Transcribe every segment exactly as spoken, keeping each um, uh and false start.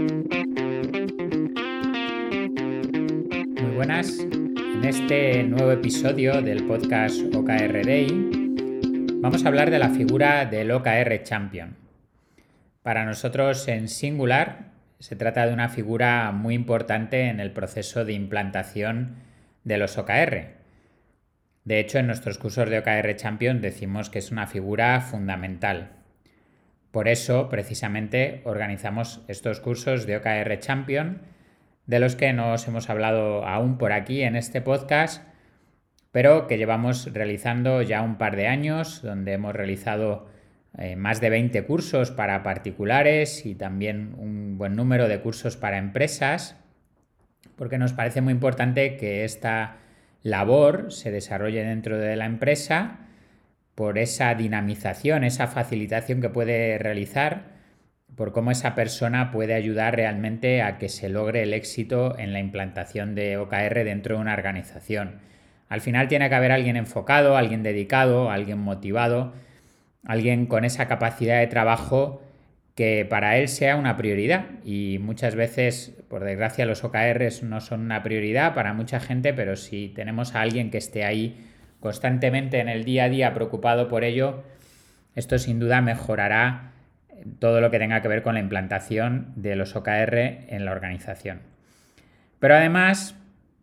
Muy buenas. En este nuevo episodio del podcast O K R Day vamos a hablar de la figura del O K R Champion. Para nosotros en Singular se trata de una figura muy importante en el proceso de implantación de los O K R. De hecho, en nuestros cursos de O K R Champion decimos que es una figura fundamental. Por eso, precisamente, organizamos estos cursos de O K R Champion, de los que no os hemos hablado aún por aquí en este podcast, pero que llevamos realizando ya un par de años, donde hemos realizado eh, más de veinte cursos para particulares y también un buen número de cursos para empresas, porque nos parece muy importante que esta labor se desarrolle dentro de la empresa por esa dinamización, esa facilitación que puede realizar, por cómo esa persona puede ayudar realmente a que se logre el éxito en la implantación de O K R dentro de una organización. Al final tiene que haber alguien enfocado, alguien dedicado, alguien motivado, alguien con esa capacidad de trabajo que para él sea una prioridad. Y muchas veces, por desgracia, los O K Rs no son una prioridad para mucha gente, pero si tenemos a alguien que esté ahí constantemente en el día a día preocupado por ello, esto sin duda mejorará todo lo que tenga que ver con la implantación de los O K R en la organización. Pero además,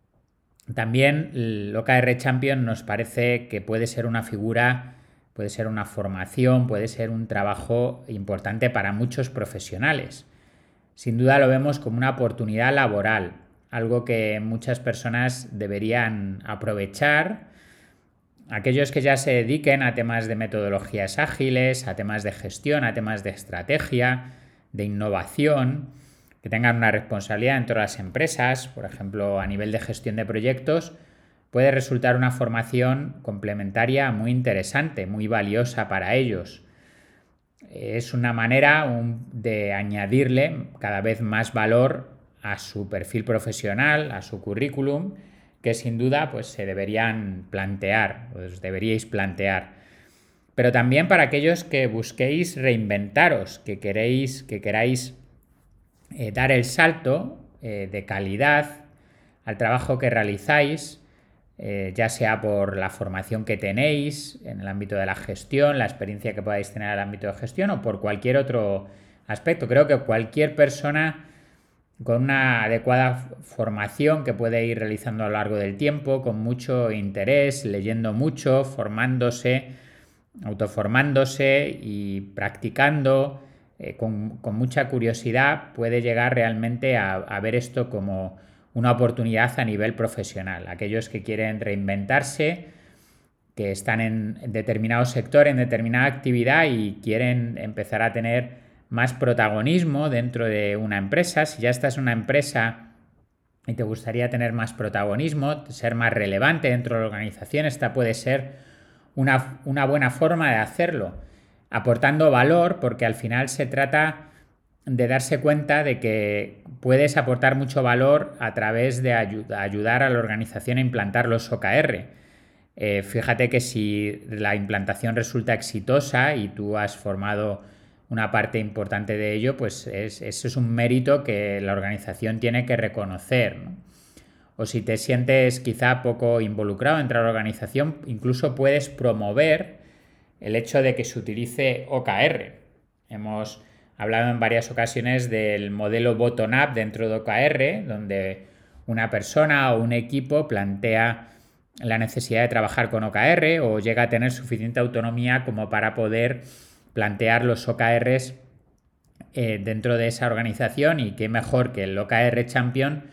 también el O K R Champion nos parece que puede ser una figura, puede ser una formación, puede ser un trabajo importante para muchos profesionales. Sin duda lo vemos como una oportunidad laboral, algo que muchas personas deberían aprovechar. Aquellos que ya se dediquen a temas de metodologías ágiles, a temas de gestión, a temas de estrategia, de innovación, que tengan una responsabilidad dentro de las empresas, por ejemplo, a nivel de gestión de proyectos, puede resultar una formación complementaria muy interesante, muy valiosa para ellos. Es una manera un, de añadirle cada vez más valor a su perfil profesional, a su currículum, que sin duda pues, se deberían plantear, os deberíais plantear. Pero también para aquellos que busquéis reinventaros, que, queréis, que queráis eh, dar el salto eh, de calidad al trabajo que realizáis, eh, ya sea por la formación que tenéis en el ámbito de la gestión, la experiencia que podáis tener en el ámbito de gestión o por cualquier otro aspecto. Creo que cualquier persona con una adecuada formación que puede ir realizando a lo largo del tiempo, con mucho interés, leyendo mucho, formándose, autoformándose y practicando, eh, con, con mucha curiosidad, puede llegar realmente a, a ver esto como una oportunidad a nivel profesional. Aquellos que quieren reinventarse, que están en determinado sector, en determinada actividad y quieren empezar a tener más protagonismo dentro de una empresa. Si ya estás en una empresa y te gustaría tener más protagonismo, ser más relevante dentro de la organización, esta puede ser una, una buena forma de hacerlo, aportando valor, porque al final se trata de darse cuenta de que puedes aportar mucho valor a través de ayud- ayudar a la organización a implantar los O K R. Eh, fíjate que si la implantación resulta exitosa y tú has formado una parte importante de ello, pues es, eso es un mérito que la organización tiene que reconocer, ¿no? O si te sientes quizá poco involucrado dentro de la organización, incluso puedes promover el hecho de que se utilice O K R. Hemos hablado en varias ocasiones del modelo bottom-up dentro de O K R, donde una persona o un equipo plantea la necesidad de trabajar con O K R o llega a tener suficiente autonomía como para poder plantear los O K Rs eh, dentro de esa organización, y qué mejor que el O K R Champion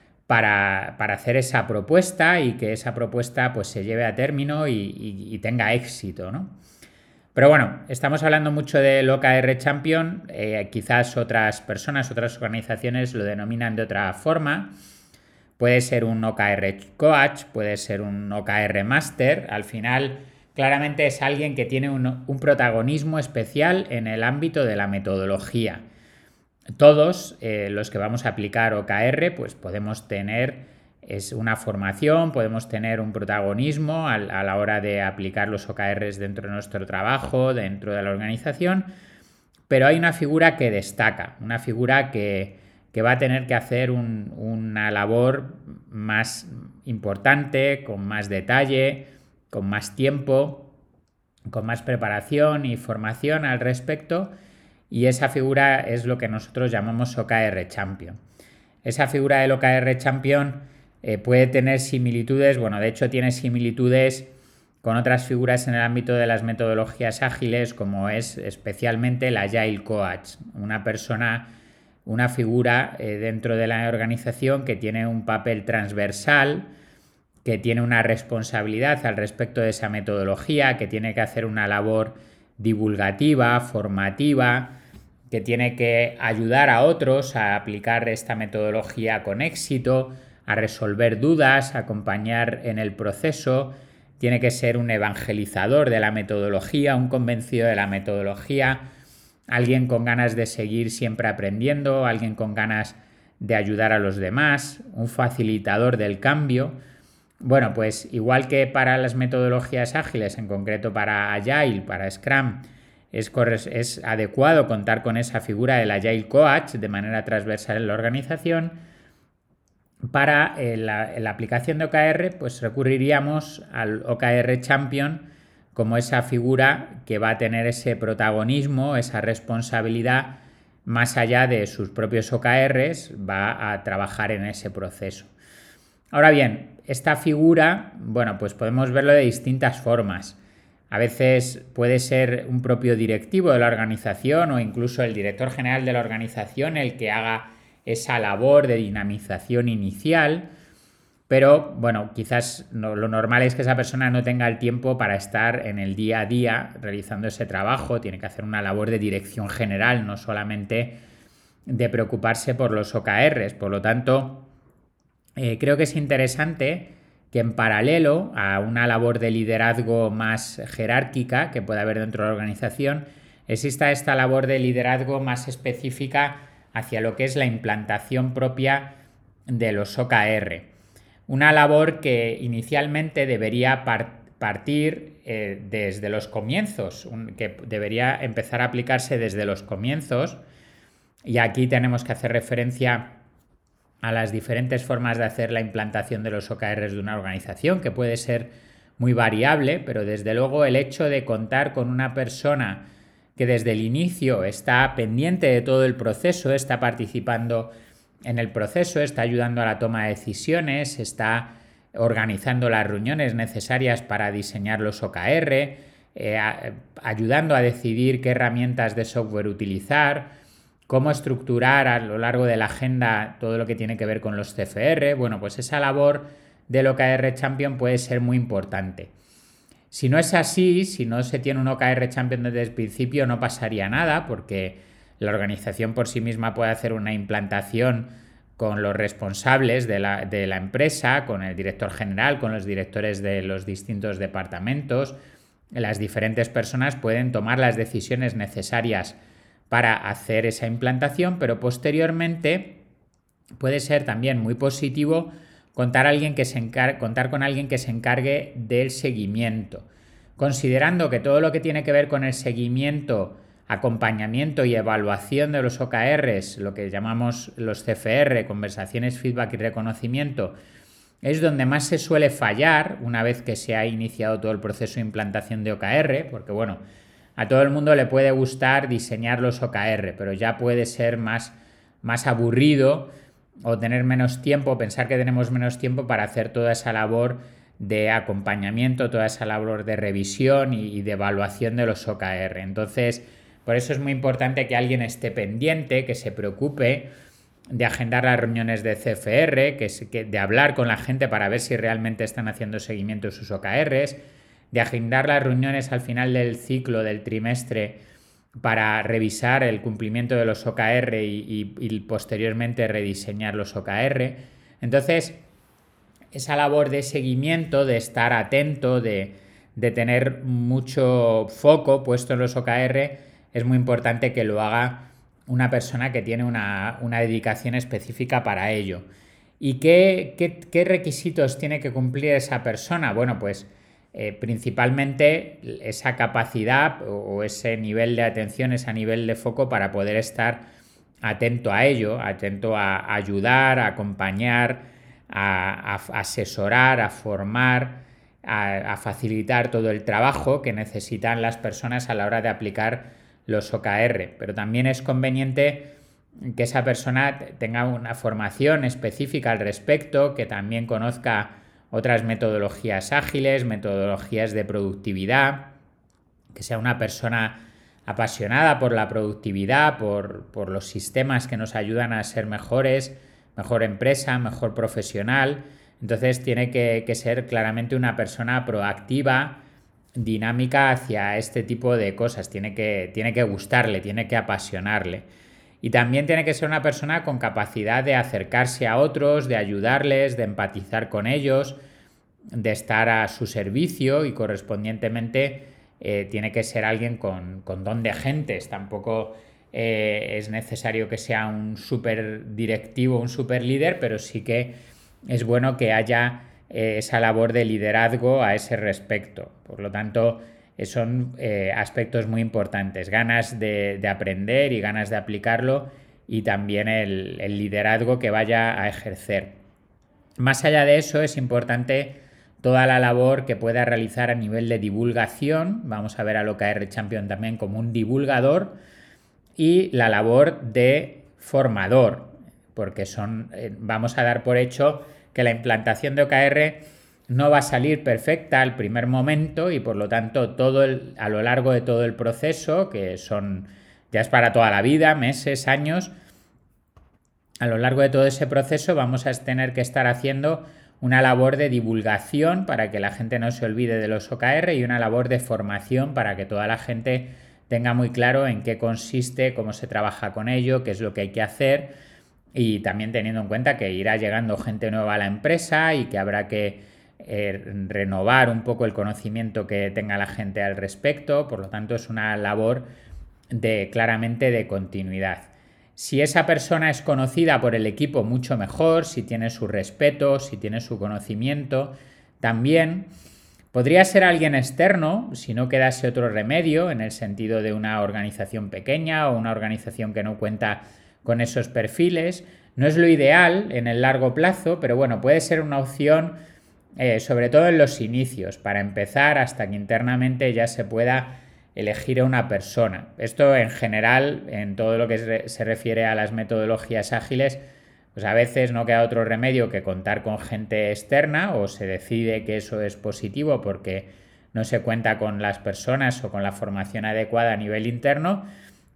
para, para hacer esa propuesta y que esa propuesta pues, se lleve a término y, y, y tenga éxito, ¿no? Pero bueno, estamos hablando mucho del O K R Champion, eh, quizás otras personas, otras organizaciones lo denominan de otra forma. Puede ser un O K R Coach, puede ser un O K R Master. Al final, claramente es alguien que tiene un, un protagonismo especial en el ámbito de la metodología. Todos eh, los que vamos a aplicar O K R, pues podemos tener es una formación, podemos tener un protagonismo a, a la hora de aplicar los O K Rs dentro de nuestro trabajo, dentro de la organización, pero hay una figura que destaca, una figura que, que va a tener que hacer un, una labor más importante, con más detalle, con más tiempo, con más preparación y formación al respecto, y esa figura es lo que nosotros llamamos O K R Champion. Esa figura del O K R Champion eh, puede tener similitudes, bueno, de hecho tiene similitudes con otras figuras en el ámbito de las metodologías ágiles, como es especialmente el Agile Coach, una persona, una figura eh, dentro de la organización que tiene un papel transversal, que tiene una responsabilidad al respecto de esa metodología, que tiene que hacer una labor divulgativa, formativa, que tiene que ayudar a otros a aplicar esta metodología con éxito, a resolver dudas, a acompañar en el proceso. Tiene que ser un evangelizador de la metodología, un convencido de la metodología, alguien con ganas de seguir siempre aprendiendo, alguien con ganas de ayudar a los demás, un facilitador del cambio. Bueno, pues igual que para las metodologías ágiles, en concreto para Agile, para Scrum, es, es adecuado contar con esa figura del Agile Coach de manera transversal en la organización. Para eh, la, la aplicación de O K R, pues recurriríamos al O K R Champion como esa figura que va a tener ese protagonismo, esa responsabilidad, más allá de sus propios O K Rs, va a trabajar en ese proceso. Ahora bien, esta figura, bueno, pues podemos verlo de distintas formas. A veces puede ser un propio directivo de la organización o incluso el director general de la organización el que haga esa labor de dinamización inicial, pero bueno, quizás no, lo normal es que esa persona no tenga el tiempo para estar en el día a día realizando ese trabajo, tiene que hacer una labor de dirección general, no solamente de preocuparse por los O K Rs. Por lo tanto, eh, creo que es interesante que en paralelo a una labor de liderazgo más jerárquica que puede haber dentro de la organización, exista esta labor de liderazgo más específica hacia lo que es la implantación propia de los O K R. Una labor que inicialmente debería par- partir eh, desde los comienzos, un, que debería empezar a aplicarse desde los comienzos, y aquí tenemos que hacer referencia a las diferentes formas de hacer la implantación de los O K Rs de una organización, que puede ser muy variable, pero desde luego el hecho de contar con una persona que desde el inicio está pendiente de todo el proceso, está participando en el proceso, está ayudando a la toma de decisiones, está organizando las reuniones necesarias para diseñar los O K R, eh, a, ayudando a decidir qué herramientas de software utilizar, cómo estructurar a lo largo de la agenda todo lo que tiene que ver con los C F R. Bueno, pues esa labor del O K R Champion puede ser muy importante. Si no es así, si no se tiene un O K R Champion desde el principio, no pasaría nada, porque la organización por sí misma puede hacer una implantación con los responsables de la, de la empresa, con el director general, con los directores de los distintos departamentos. Las diferentes personas pueden tomar las decisiones necesarias para hacer esa implantación, pero posteriormente puede ser también muy positivo Contar, alguien que se encar- contar con alguien que se encargue del seguimiento, considerando que todo lo que tiene que ver con el seguimiento, acompañamiento y evaluación de los O K Rs, lo que llamamos los C F R, conversaciones, feedback y reconocimiento, es donde más se suele fallar una vez que se ha iniciado todo el proceso de implantación de O K R, porque bueno, a todo el mundo le puede gustar diseñar los O K R, pero ya puede ser más, más aburrido o tener menos tiempo, pensar que tenemos menos tiempo para hacer toda esa labor de acompañamiento, toda esa labor de revisión y de evaluación de los O K R. Entonces, por eso es muy importante que alguien esté pendiente, que se preocupe de agendar las reuniones de C F R, que, que de hablar con la gente para ver si realmente están haciendo seguimiento de sus O K Rs, de agendar las reuniones al final del ciclo, del trimestre, para revisar el cumplimiento de los O K R y, y, y posteriormente rediseñar los O K R. Entonces, esa labor de seguimiento, de estar atento, de, de tener mucho foco puesto en los O K R, es muy importante que lo haga una persona que tiene una, una dedicación específica para ello. ¿Y qué, qué, qué requisitos tiene que cumplir esa persona? Bueno, pues Eh, principalmente esa capacidad o, o ese nivel de atención, ese nivel de foco para poder estar atento a ello, atento a ayudar, a acompañar, a, a asesorar, a formar, a, a facilitar todo el trabajo que necesitan las personas a la hora de aplicar los O K R. Pero también es conveniente que esa persona tenga una formación específica al respecto, que también conozca otras metodologías ágiles, metodologías de productividad, que sea una persona apasionada por la productividad, por, por los sistemas que nos ayudan a ser mejores, mejor empresa, mejor profesional. Entonces tiene que, que ser claramente una persona proactiva, dinámica hacia este tipo de cosas. Tiene que, tiene que gustarle, tiene que apasionarle. Y también tiene que ser una persona con capacidad de acercarse a otros, de ayudarles, de empatizar con ellos, de estar a su servicio y correspondientemente eh, tiene que ser alguien con, con don de gentes. Tampoco eh, es necesario que sea un súper directivo, un súper líder, pero sí que es bueno que haya eh, esa labor de liderazgo a ese respecto. Por lo tanto, son eh, aspectos muy importantes, ganas de, de aprender y ganas de aplicarlo y también el, el liderazgo que vaya a ejercer. Más allá de eso, es importante toda la labor que pueda realizar a nivel de divulgación. Vamos a ver al O K R Champion también como un divulgador, y la labor de formador, porque son, eh, vamos a dar por hecho que la implantación de O K R no va a salir perfecta al primer momento y por lo tanto todo el, a lo largo de todo el proceso, que son ya es para toda la vida, meses, años, a lo largo de todo ese proceso vamos a tener que estar haciendo una labor de divulgación para que la gente no se olvide de los O K R y una labor de formación para que toda la gente tenga muy claro en qué consiste, cómo se trabaja con ello, qué es lo que hay que hacer, y también teniendo en cuenta que irá llegando gente nueva a la empresa y que habrá que eh, renovar un poco el conocimiento que tenga la gente al respecto. Por lo tanto, es una labor de claramente de continuidad. Si esa persona es conocida por el equipo, mucho mejor, si tiene su respeto, si tiene su conocimiento, también. Podría ser alguien externo, si no quedase otro remedio, en el sentido de una organización pequeña o una organización que no cuenta con esos perfiles. No es lo ideal en el largo plazo, pero bueno, puede ser una opción, eh, sobre todo en los inicios, para empezar hasta que internamente ya se pueda elegir a una persona. Esto en general, en todo lo que se refiere a las metodologías ágiles, pues a veces no queda otro remedio que contar con gente externa, o se decide que eso es positivo porque no se cuenta con las personas o con la formación adecuada a nivel interno,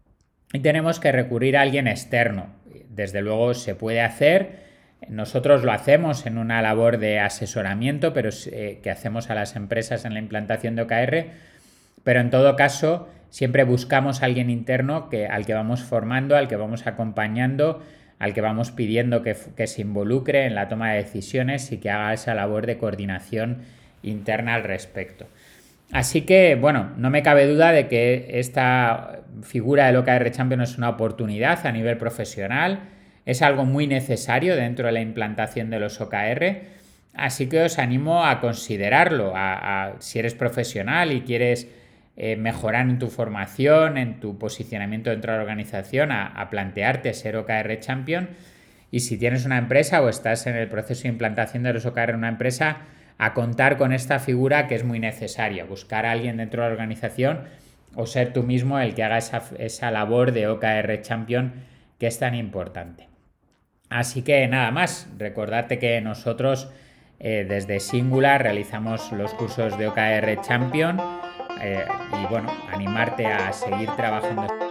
y tenemos que recurrir a alguien externo. Desde luego se puede hacer. Nosotros lo hacemos en una labor de asesoramiento, pero eh, que hacemos a las empresas en la implantación de O K R, pero en todo caso siempre buscamos a alguien interno que, al que vamos formando, al que vamos acompañando, al que vamos pidiendo que, que se involucre en la toma de decisiones y que haga esa labor de coordinación interna al respecto. Así que, bueno, no me cabe duda de que esta figura del O K R Champion es una oportunidad a nivel profesional, es algo muy necesario dentro de la implantación de los O K R, así que os animo a considerarlo, a, a, si eres profesional y quieres eh, mejorar en tu formación, en tu posicionamiento dentro de la organización, a, a plantearte ser O K R Champion, y si tienes una empresa o estás en el proceso de implantación de los O K R en una empresa, a contar con esta figura que es muy necesaria, buscar a alguien dentro de la organización o ser tú mismo el que haga esa, esa labor de O K R Champion que es tan importante. Así que nada más, recordarte que nosotros eh, desde Singular realizamos los cursos de O K R Champion eh, y bueno, animarte a seguir trabajando.